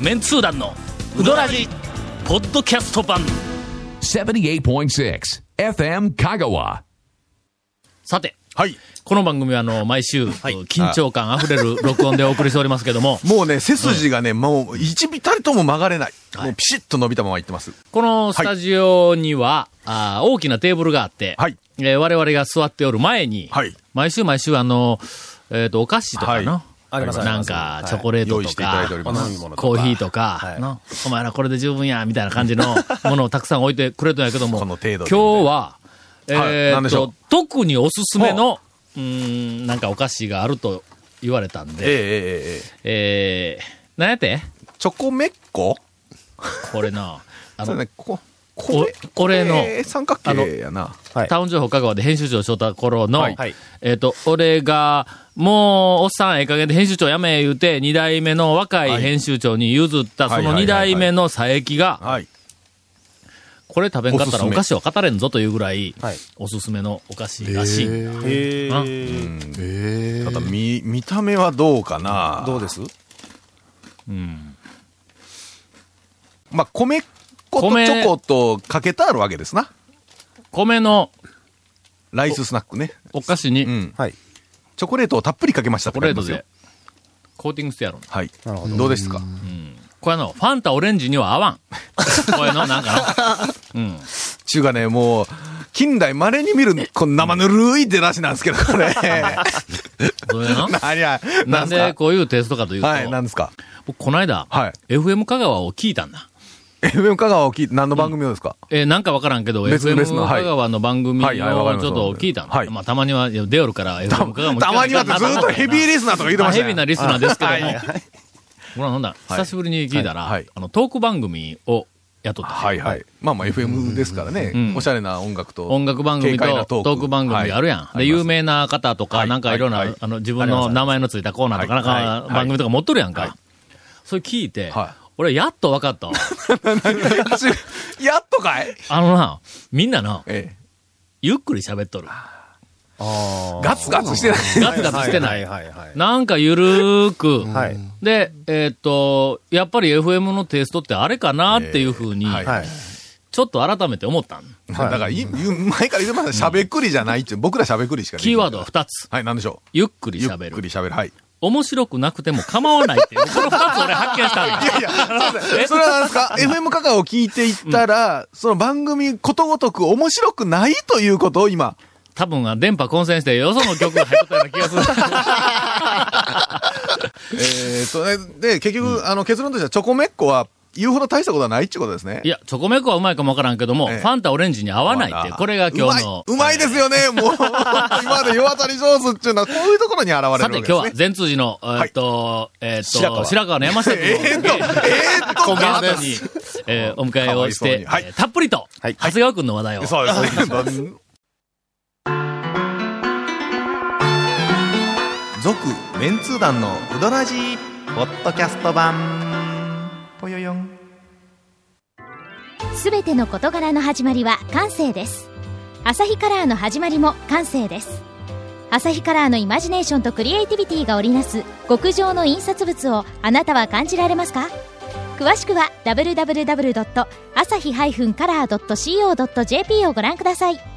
メンツー団のウドラジポッドキャスト版。 78.6 FM 香川。 さて、 はい。 この番組は毎週、緊張感あふれる録音でお送りしておりますけども、 もうね、背筋がね、もう一ビタリとも曲がれない。もうピシッと伸びたままいってます。 このスタジオには、大きなテーブルがあって、 はい。 我々が座っておる前に、 はい。 毎週お菓子とかの、 ありますなんか、チョコレートとか、コーヒーとか、お前らこれで十分や、みたいな感じのものをたくさん置いてくれたんやけども、 この程度で今日は、 何でしょう。 特におすすめの、なんかお菓子があると言われたんで、何やってチョコメッコこれな、 俺の、 三角形やな。 タウン情報香川で編集長をしとった頃の、俺が、もう、おっさんええ加減で編集長辞め言うて、二代目の若い編集長に譲った、その二代目の佐伯が、これ食べんかったらお菓子は語れんぞというぐらい、おすすめのお菓子らしい。 ただ、見た目はどうかな。 どうです？ まあ、米粉とチョコとかけてあるわけですな。 米のライススナックね。 お菓子に、 チョコレートをたっぷりかけました。 チョコレートでコーティングしてやる。 はい。どうですか？ これファンタオレンジには合わん。これの、なんかの。 ちゅうかね、もう、近代稀に見る、この生ぬるい出だしなんですけど、これ。 それのなんでこういうテイストかというと、 何ですか？ 僕、この間、FM 香川を聞いたんだ。 FM 香川を聞いて、何の番組をですか？ なんかわからんけど、FM 香川の番組をちょっと聞いたの。まあ、たまには出よるから、FM 香川も聞かない。 たまにはってずっとヘビーリスナーとか言ってましたね。 ヘビーなリスナーですけども。ほら、なんだ、久しぶりに聞いたら、トーク番組をやっとった。 まあまあ FM ですからね、おしゃれな音楽と。 音楽番組とトーク番組あるやん。で、有名な方とか、なんかいろんな、自分の名前のついたコーナーとか、なんか番組とか持っとるやんか。それ聞いて、俺やっと分かったわ。 やっとかい？ みんなな、ゆっくり喋っとる。 ガツガツしてない。 ガツガツしてない。なんかゆるーく。で、やっぱり FM のテイストってあれかなっていうふうに、ちょっと改めて思ったん。 だから、前から言ってました。しゃべくりじゃないって、僕らしゃべくりしかできない。 キーワードは2つ。 はい、なんでしょう。 ゆっくり喋る。 ゆっくり喋る。はい。 面白くなくても構わないっていう、この2つ俺発見したんだ。 いや、それは何ですか？ FM 香川を聞いていったら、その番組ことごとく面白くないということを今。 多分、電波混戦して、よその曲が入っとったような気がする。で、結局、結論としては、チョコメッコは、言うほど大したことはないってことですね。 いや、チョコメッコはうまいかもわからんけども、ファンタオレンジに合わないって、これが今日の。 うまいですよね、もう。今まで世渡り上手っていうのは、こういうところに現れるわけですね。 さて、今日は、善通寺の、白川の山下君を、 こんばんです。 お迎えをして、たっぷりと、長谷川君の話題を。 そうです。 続メンツー団のウドラジーポッドキャスト版ぽよよん。 すべての事柄の始まりは感性です。アサヒカラーの始まりも感性です。アサヒカラーのイマジネーションとクリエイティビティが織りなす極上の印刷物をあなたは感じられますか？詳しくは www.asahi-color.co.jp をご覧ください。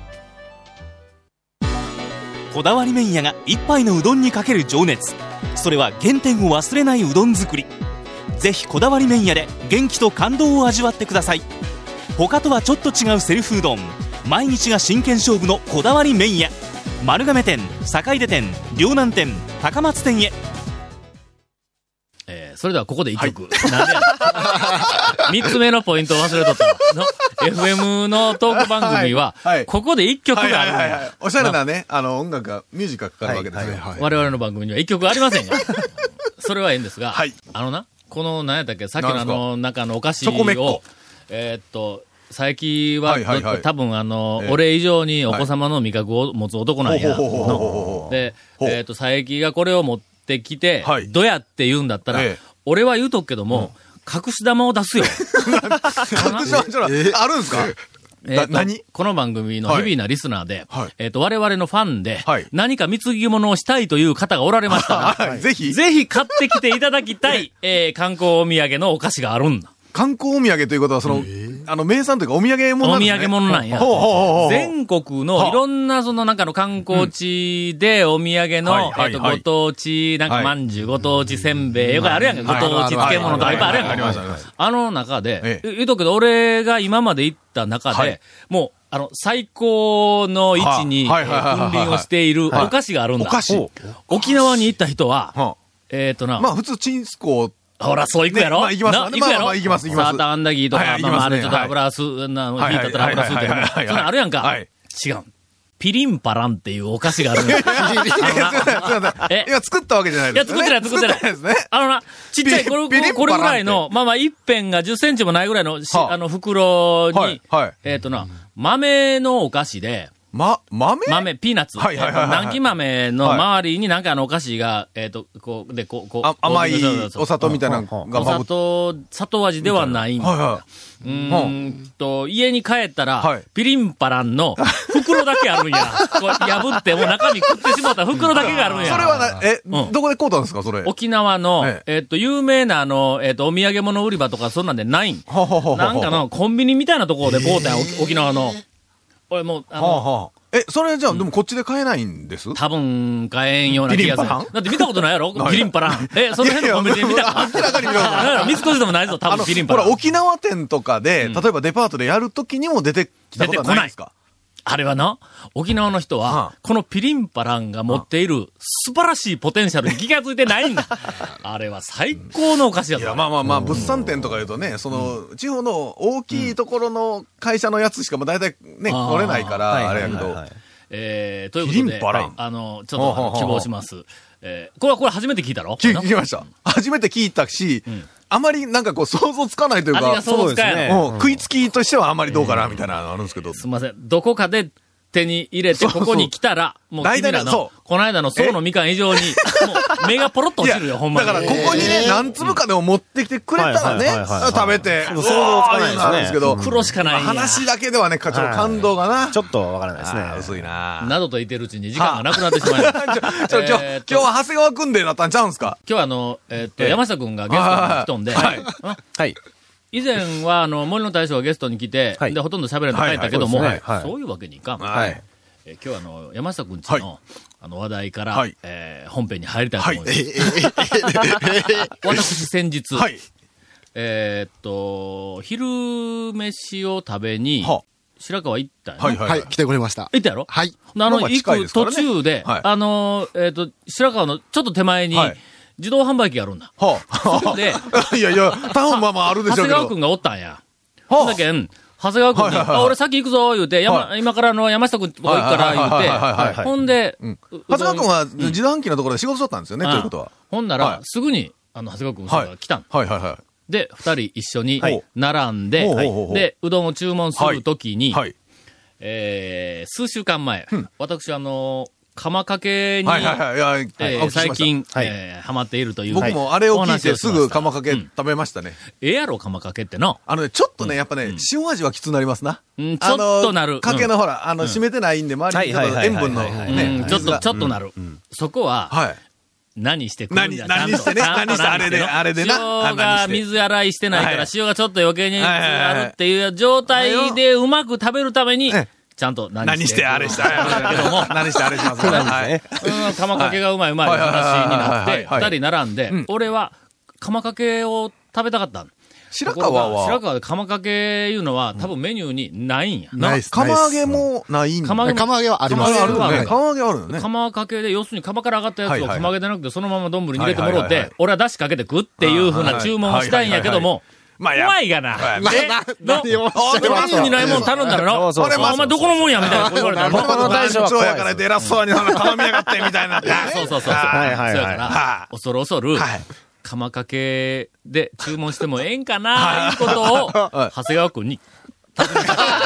こだわり麺屋が一杯のうどんにかける情熱、それは原点を忘れないうどん作り。ぜひこだわり麺屋で元気と感動を味わってください。他とはちょっと違うセルフうどん、毎日が真剣勝負のこだわり麺屋、丸亀店、坂出店、両南店、高松店へ。 それではここで一曲。なんでや3つ目のポイントを忘れとったの。FM のトーク番組は、ここで一曲がある。 おしゃれなね、音楽が、ミュージックがかかるわけですね。 我々の番組には一曲ありませんが。それはええんですが、この何やったっけ、さっきの中のお菓子を、佐伯は、多分俺以上にお子様の味覚を持つ男なんや。で、佐伯がこれを持ってきて、どやって言うんだったら、俺は言うとくけども、隠し玉を出すよ。 隠し玉あるんですか？ 何この番組のヘビーなリスナーで、 はい我々のファンで、 はい何か貢ぎ物をしたいという方がおられましたら、 はいぜひぜひ買ってきていただきたい、観光お土産のお菓子があるんだ。 観光お土産ということは、名産というかお土産物なんですね。 お土産物なんや。 ほうほうほうほう全国のいろんなそのなんかの観光地でお土産の、 はいはいはいご当地なんかまんじゅう、ご当地せんべい、よくあるやんか。ご当地漬物とかいっぱいあるやんか。 ありますあります。 あの中で、言うとくけど、俺が今まで行った中はでい、 もう、最高の位置にはいはいはいはいはい君臨をしているお菓子があるんだ。 お菓子沖縄に行った人は、 はまあ普通チンスコーほら、そう行くやろ、 ねまあ行きますわね行くやろ、 まあ行きます行きますサーターアンダギーとか、 はいまあまあ、あれちょっとはい油吸う、 はい引いたったら油吸うけども、 はいはいはいはいそんなんあるやんか。 はい違う。ピリンパランっていうお菓子があるんだ。 すいません。今作ったわけじゃないいや、 ですよね。 作ってないですね。 あのな、ちっちゃい、こピリンパランってれぐらいの、まあまあ、一辺が10センチもないぐらいの、袋に、 はい。 豆のお菓子で、 豆ピーナッツ。 はいはいはいはい南京豆の周りになんかお菓子が、こう、で、こう、 甘いそうそうそうお砂糖みたいなのがおまぶ砂糖味ではないんだ。 はいは家に帰ったら、 はいピリンパランの袋だけあるんや。こう破って、もう中身食ってしまった袋だけがあるんい。 や。 それはうんどこで買うたんですか、それ。 沖縄の、 え有名なお土産物売り場とかそんなんでないん。 ははははなんかのコンビニみたいなところで買うたんや、沖縄の。俺もう、 はあはあそれじゃあ、でもこっちで買えないんです多分買えんような気がする。 ピリンパランだって見たことないやろピリンパラン。その辺のコンビニで見たか明らかに見たことない。 三越でもないぞ、多分ピリンパラン。 ほら、沖縄店とかで、例えばデパートでやるときにも出てきたことはないですか？ あれはな、沖縄の人は、 はあこのピリンパランが持っている素晴らしいポテンシャルに気がついてないんだ。あれは最高のお菓子やいや、 ぞ。 まあまあまあ、物産展とか言うとね、地方の大きいところの会社のやつしかもう大体ね、来れないから、あれやけど。 ということピリンで、 パランちょっと希望します。これ初めて聞いたろ聞きました。初めて聞いたし、あまりなんかこう想像つかないというか味が、想像つかんやろ。 食いつきとしてはあんまりどうかな、みたいなのあるんですけど。 すみません。どこかで手に入れて、 そうそうここに来たら、もう君らの大体そ、 この間の層のみかん以上に、もう目がポロッと落ちるよ、ほんまに。 だからここにね、何粒かでも持ってきてくれたらね、食べて、想像つかないんですけど、 黒しかないんや。 話だけではね、ちょっと感動がな。 ちょっとわからないですね。 薄いな。 などと言ってるうちに時間がなくなってしまいました。 今日は長谷川くんでなったんちゃうんすか？ 今日は山下くんがゲストに来とんで、 はい。 以前は森の大将がゲストに来て、 はいで、ほとんど喋れんと帰ったけども、 はいはいそうですねはいそういうわけにいかん。 はい。 今日は山下くんちの、話題から、 はい本編に入りたいとはい。 思います。私先日、 はい。 昼飯を食べには、 白川行ったんや、 はいはい。 はい、来てくれました。 行ったやろはい。 まあ行く途近いですからね中で、 はい白川のちょっと手前にはい、 自動販売機があるんだ。 はそこで、 あ。いやいや、タウンまああるでしょうけど。 長谷川くんがおったんや。 はあだけん、長谷川くんに、 はいはいはい俺先行くぞ、言うて、今から山下くんとこ行くから、言うはいはいはいはいて、ほんで、 長谷川くんは自動販機のところで仕事しとったんですよね、ということは。 ほんなら、 はいすぐに、長谷川くんが来たん。 はいはいはい。 で、二人一緒にはい並んで、 ほうほうほうほうで、うどんを注文するときに、 はい。 数週間前、私釜かけに、 はいはいはいいや。お聞きし最ました近、 はいハマっているという。 僕もあれを聞いてすぐ釜かけうん食べましたね。 ええやろ、釜かけっての。 ちょっとね、やっぱね、塩味はきつくなりますな。 うんちょっとなるかけのほら、締めてないんで、周りにちょっと塩分のはいはいはいうねん、ちょっと、 水がちょっとなる。そこは、 はい。 何してくるんだ何してねちゃんと何してあれであれでな塩が水洗いしてないから、 はい塩がちょっと余計にはいはいはいあるっていう状態でうまく食べるためにええ、 ちゃんと何何してあれした。 けども、 何してあれしますね。はい。 釜かけがうまいうまい話になって、 はいはい二人並んで、俺は釜かけを食べたかった。 白ところ川は、 が白川で釜かけいうのは多分メニューにないんや。 ないっす。 釜揚げもないんだ。 釜揚げ釜揚げはあります。 釜揚げあるよね。 はい釜揚げあるよね。 釜かけで、要するに釜から上がったやつはいはいはいを釜揚げでなくて、そのまま丼に入れてもらってはいはいはいはい、 俺は出汁かけて食っていう風な注文をしたいんやけども、うまあまいがな。 はい何をおっしゃいメますニューにないもん頼んだらの、 そうそうそうお前どこのもんやみたいなこと言われたらこの大将は怖いです長やからって偉そうに頼みやがってみたいな。 そうそうそう。 はいはいはいそうやから、恐る恐る、 はい。 釜かけで注文してもええんかな、いうことを、長谷川くんに、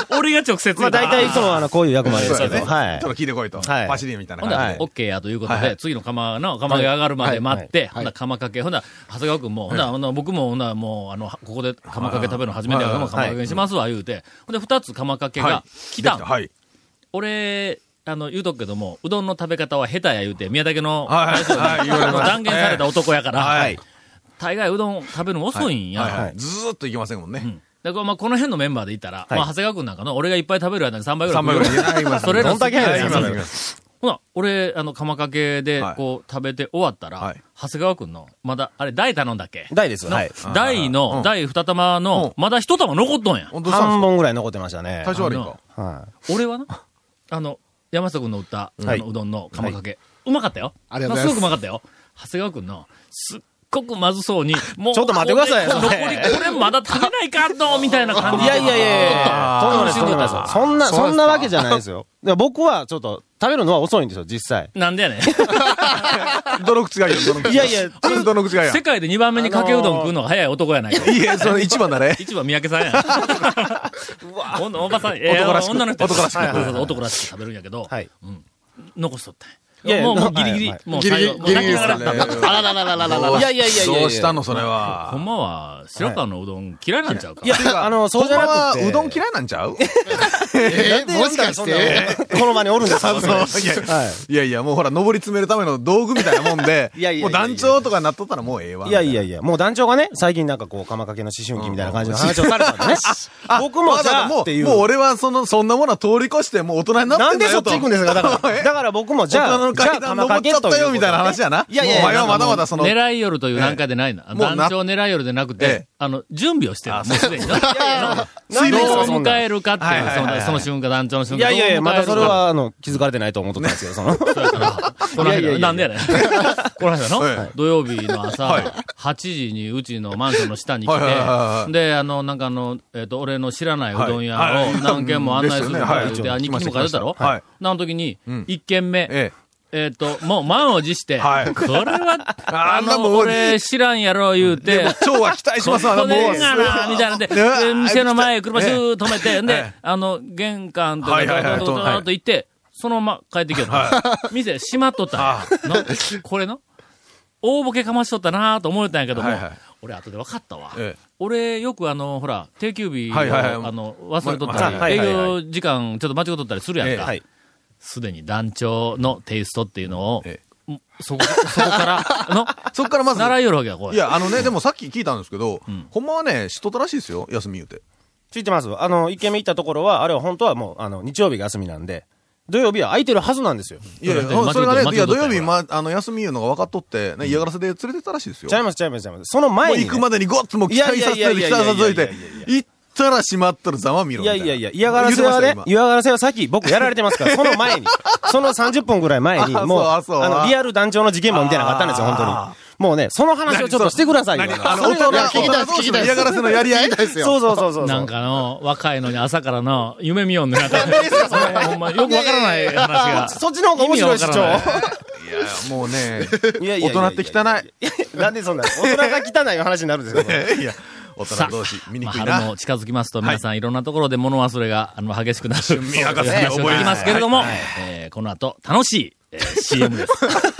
俺が直接まあ大体いつもこういう役割ですけど、はい。 ちょっと聞いてこいと。 はいパシリみたいなほんなら、 感じで。 オッケーやということで、 はいはい次の釜揚げ上がるまで待って、ほんなら釜かけ、ほんなら、長谷川くんも、ほんなら、僕も、ほんならもう、ここで釜かけ食べるの初めてやから、釜かけにしますわ、言うて、ほんで、2つ釜かけが来たん。 はい。 俺、言うとくけども、うどんの食べ方は下手や言うて、宮武の、 はい言われます断言された男やから、 はい。 大概うどん食べるの遅いんや。 はい。ずーっといけませんもんね。 だからまあこの辺のメンバーで言ったら、まあ長谷川くんなんかの、俺がいっぱい食べる間に3倍ぐらい。 3倍ぐらい。 それのどんだけやねんそうほな、俺、釜かけで、こう、食べて終わったら、長谷川くんの、まだ、あれ、大頼んだっけ大です。はい。 大の、第2玉の、まだ1玉残っとんや。 半本ぐらい残ってましたね。 体調悪いか。 は俺はな、山下くんの売った、うどんの釜かけ、うまかったよ。 ありがとうございますすごくうまかったよ。長谷川くんの、すっごくまずそうに、もう、 ちょっと待ってくださいよ残り、これまだ食べないかんのみたいな感じで。 いやいやいやいやとんでもないです、とんでもないです。そんなわけじゃないですよ。で僕はちょっと、食べるのは遅いんですよ、実際。 なんでやねん。 どの口がいいよ、どの口。 いやいや、 どの口がいいよ。 世界で2番目にかけうどん食うのが早い男やないか。 いいえ、その一番だね。 一番三宅さんや。おばさん、 男らしく女の人。 男らしくそうそう男らしく食べるんやけど、 はい。 残しとったんや。 いやいやもうギリギリはい、 もう最後、もうギリギリ泣きながらですねあららららららら。 いやいやいやいや。 どうしたの、それは。 ほんまは、白川のうどん嫌いなんちゃうか。 いや、そうじゃなくて。 うどん嫌いなんちゃうもしかしてこの場におるんですかいやいや、もうほら、上り詰めるための道具みたいなもんで、 いやいやいやもう団長とかなっとったらもうええわ。 いやいやいや、もう団長がね、最近なんかこう、釜かけの思春期みたいな感じの話をされたんでね。僕もじゃあっていう。 もう俺はそんなものは通り越して、もう大人になってなんでそっんだよと。 ち行くんですかだから僕もじゃあ、 大人の階段登っちゃったよみたいな話やな。 いやいやいやお前はまだまだその、 狙い夜という段階でないな。 もう団長狙い夜でなくて、準備をしてる。もうすでにな。どなんでうそんな迎えるかっていう、その瞬間、団長の瞬間。 いやいやいや、まだそれどう迎えるかは、気づかれてないと思っとったんですよ、その。 そうやから、この間、 いやいやいやなんでやねん。この間はいの土曜日の朝、8時にうちのマンションの下に来はいはいはいはて、で、なんか俺の知らないうどん屋を何軒も案内するから言って、日記にも書いてたろはい。 なの時に、1軒目、 えもう満を持して、 はいこれは、 あんなもん俺知らんやろ言うて、 今日は期待しますわ、 ここでもう。 んがな、みたいなんで、店の前へ車シュー止めて、で、玄関とか、 はいはいはいドドドドと行って、そのまま帰ってきよった。店閉まっとったんやこれの大ボケかましとったなと思ったんやけどもはいはい、 俺後で分かったわええ。 俺よくほら、定休日をはいはいはい忘れとったり、営はいはいはい業時間ちょっと間違っとったりするやんかは。い。 すでに団長のテイストっていうのをえ、 そこから、 そっからまず、 習いよるわけや、これ。 いや、でもさっき聞いたんですけど、ほんまはね、知っとったらしいですよ、休み言うて。 知ってます。一軒目行ったところは、あれは本当はもう、日曜日が休みなんで、土曜日は空いてるはずなんですよ。 いやいや、 間違っとったそれがね、いや、土曜日、 間違っ休み言うのが分かっとって、ね、嫌がらせで連れてったらしいですよ。 ちゃいます、ちゃいます、ちゃいます。その前に、ね。 もう行くまでにごっつもう期待させといて、期待させといて、行ったら閉まっとるざま見ろみたいな。 いやいやいや、嫌がらせはね、嫌がらせは先、僕やられてますから、その前に、その30分ぐらい前に、もう、 そうリアル団長の事件簿みたいなのがあったんですよ、本当に。もうね、その話をちょっとしてくださいよ。 大人同士の嫌がらせのやり合いそうそう。 なんか若いのに朝から夢見よんね。なんかほんま、よくわからない話が。 そっちの方が面白い、市長。 いや、もうね、大人って汚い。 なんでそんな、大人が汚い話になるんですかいや、大人同士、見にくいな。 春も近づきますと、皆さんいろんなところで物忘れが激しくなる。 春眠博士話を聞きますけれども、この後、楽しい CM です。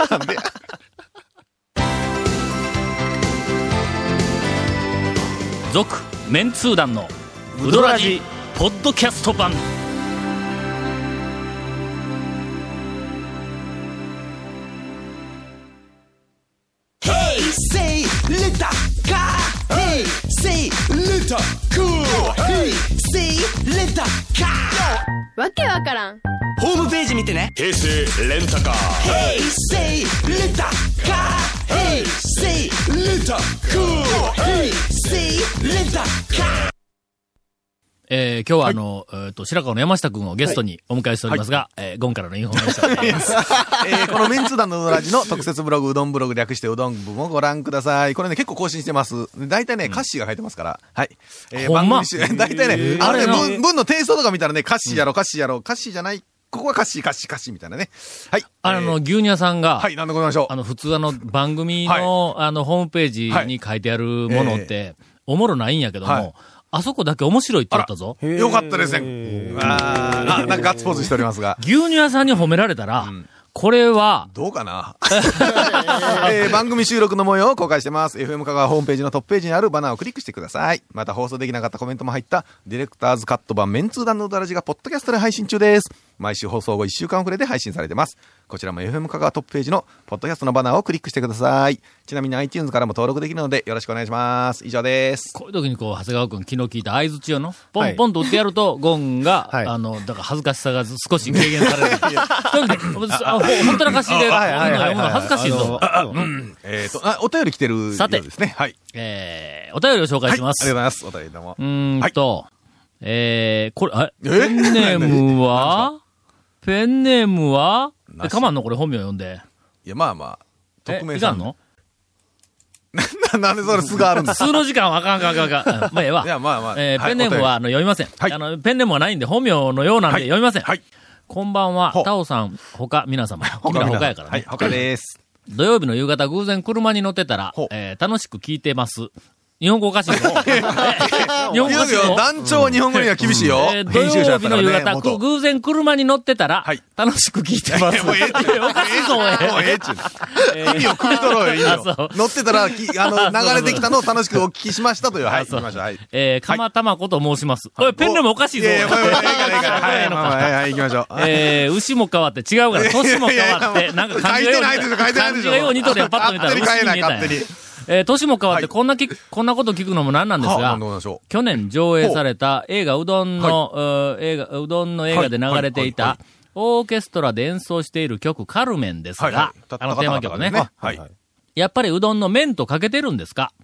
続メンツー団のウドラジポッドキャスト版。 わけわからん。 ホームページ見てね。平成レンタカー。平成レンタカー。平成レンタカー。平成レンタカー。 今日は白川の山下くんをゲストにお迎えしておりますが、ゴンからのインフォメーションです。 このメンツ団のうどらじの特設ブログ、うどんブログ略してうどん部もご覧ください。これね、結構更新してます。大体ね、歌詞が書いてますから。はい。 ほんま大体ね、文のテイストとか見たらね、歌詞やろ、歌詞じゃない。ここは歌詞みたいなね。はい。 牛乳屋さんが、 はい、なんでございましょう。 普通番組の、ホームページに書いてあるものって、おもろないんやけども、 あそこだけ面白いって言ったぞ。 よかったですね。なんかガッツポーズしておりますが。 牛乳屋さんに褒められたら、これは、 どうかな番組収録の模様を公開してます。FM 香川ホームページのトップページにあるバナーをクリックしてください。また放送できなかったコメントも入ったディレクターズカット版メンツー団のうだらじがポッドキャストで配信中です。毎週放送後1週間遅れで配信されてます。こちらも FM 香川トップページのポッドキャストのバナーをクリックしてください。ちなみに iTunes からも登録できるのでよろしくお願いします。以上です。 こういう時に長谷川くん昨日聞いた相槌をの、ポンポンと打ってやると、ゴンが、だから恥ずかしさが少し軽減される。一人で、ほんとらかしで、読むの恥ずかしいぞ。 お便り来てるようですね。 さて、 はい。 お便りを紹介します。 ありがとうございます。お便りどうも。 これ、ペンネームはかまんのこれ本名読んで。 いや、まあまあ、 匿名さん。いかんのなんでそれ素があるんですか？ 数の時間はあかん。まあ、ええわ。 いや、まあまあ。 ペンネームは読みません。ペンネームはないんで本名のようなんで読みません。こんばんは、タオさん、他皆様。君ら他やからね。 はい、他です。 土曜日の夕方偶然車に乗ってたら、楽しく聞いてます。日本語おかしいぞ。日本語おかしいぞ。団長は日本語には厳しいよ。 土曜日の夕方、偶然車に乗ってたら、楽しく聞いてます。 もうええって。 おかしいぞ、 もうええっちゅう。意味を汲み取ろうよ、意味を。乗ってたら、流れてきたのを楽しくお聞きしましたという。はい、行きましょう。はい。 かまたまこと申します。おい、ペンネームおかしいぞ。 いやいや、もうええから。はい、行きましょう。 牛も変わって違うから、年も変わって、なんか漢字がよう似とるやん、パッと見たら牛に見えたんや。年も変わってこんなこと聞くのもなんなんですが、去年上映された映画うどんの映画で流れていた、オーケストラで演奏している曲カルメンですが、テーマ曲ね。やっぱりうどんの麺とかけてるんですか？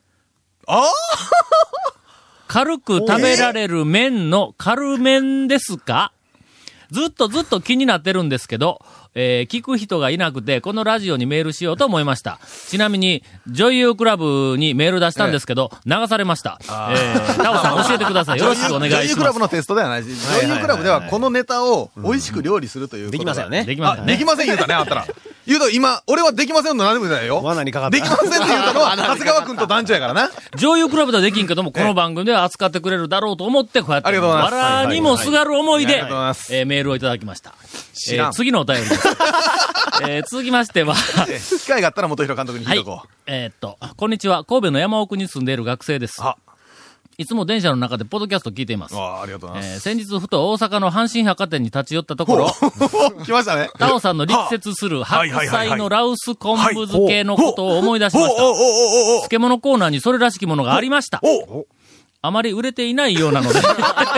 軽く食べられる麺のカルメンですか？ずっと気になってるんですけど、聞く人がいなくて、このラジオにメールしようと思いました。ちなみに、女優クラブにメール出したんですけど、流されました。タオさん教えてください。よろしくお願いします。 女優クラブのテストではないし、女優クラブではこのネタを美味しく料理するということできませんよね。 できませんね。 できません言うたね、あったら。言うと今、俺はできませんの何でもないよ。 罠にかかった。 できませんって言うたのは、長谷川くんと団長やからな。 女優クラブではできんけども、この番組では扱ってくれるだろうと思って、こうやって、わらにもすがる思いで、メールをいただきました。次のお便りです。続きましては、 機会があったら元弘監督に聞いとこう。こんにちは。神戸の山奥に住んでいる学生です。いつも電車の中でポッドキャスト聞いています。 ありがとうございます。 先日ふと大阪の阪神百貨店に立ち寄ったところ、 来ましたね。 タオさんの力説する白菜のラウス昆布漬けのことを思い出しました。漬物コーナーにそれらしきものがありました。あまり売れていないようなので。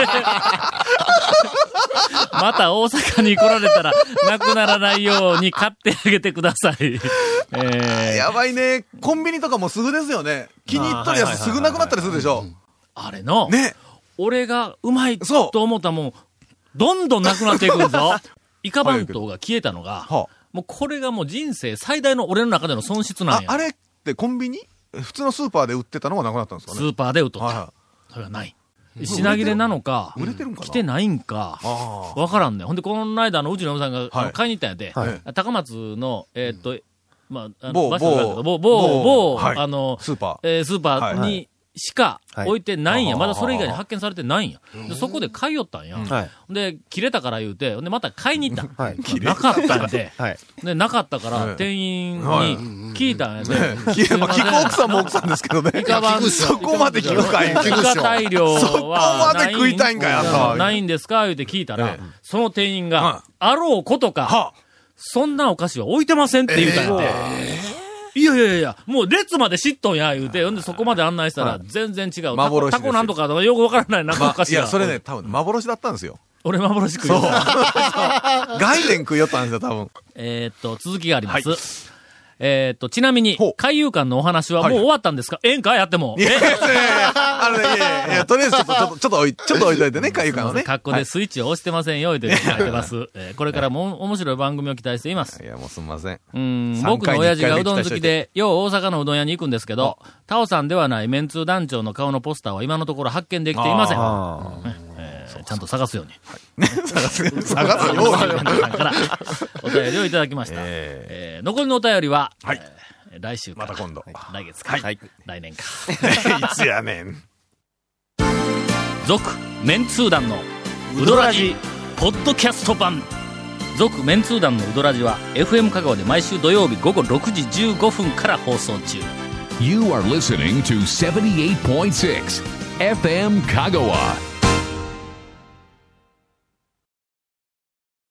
また大阪に来られたら、なくならないように買ってあげてください。 やばいね。コンビニとかもすぐですよね。気に入っとるやつすぐなくなったりするでしょ。 あれの、 ね、 俺がうまいと思ったもん、どんどんなくなっていくんぞ。イカ番頭が消えたのが、もうこれがもう人生最大の俺の中での損失なんや。 あれってコンビニ？普通のスーパーで売ってたのがなくなったんですかね。 スーパーで売っとった。それがない。品切れなのか、 売れてるんかな、 来てないんか、わからんね。ほんで、この間うちの嫁さんが買いに行ったんやで、高松の、まあ、某、スーパーにしか置いてないんや。まだそれ以外に発見されてないんや。でそこで買いよったんや。で、切れたから言うて、で、また買いに行った。なかったんやで。で、なかったから、店員に聞いたんやで。 聞く奥さんも奥さんですけどね。そこまで聞くかい。 イカ大量は、 そこまで食いたいんかや。 ないんですか言うて聞いたら、その店員が、あろうことか、そんなお菓子は置いてませんって言うたんやで。いや、もう列まで知っとんや、言うて。ほんでそこまで案内したら、全然違う。タコなんとかよくわからない、なんかお菓子が。 いや、それね、多分幻だったんですよ。 俺幻食いよった。 外伝食いよったんですよ、多分。 続きがあります。ちなみに、海遊館のお話はもう終わったんですか？ええんかやっても。 いや、とりあえずちょっと置いといてね、海遊館をね。 格好でスイッチを押してませんよ、言うて書いてます。これからも面白い番組を期待しています。 いや、もうすみません。 僕の親父がうどん好きで、よう大阪のうどん屋に行くんですけど、タオさんではないメンツー団長の顔のポスターは今のところ発見できていません。ちゃんと探すように。 探すように。 からお便りをいただきました。残りのお便りは、来週か。 また今度。 来月か。来年か。 いつやねん。 続メンツー団のウドラジポッドキャスト版。続メンツー団のウドラジは FM 香川で毎週土曜日午後6時15分から放送中。 You are listening to 78.6 FM Kagawa.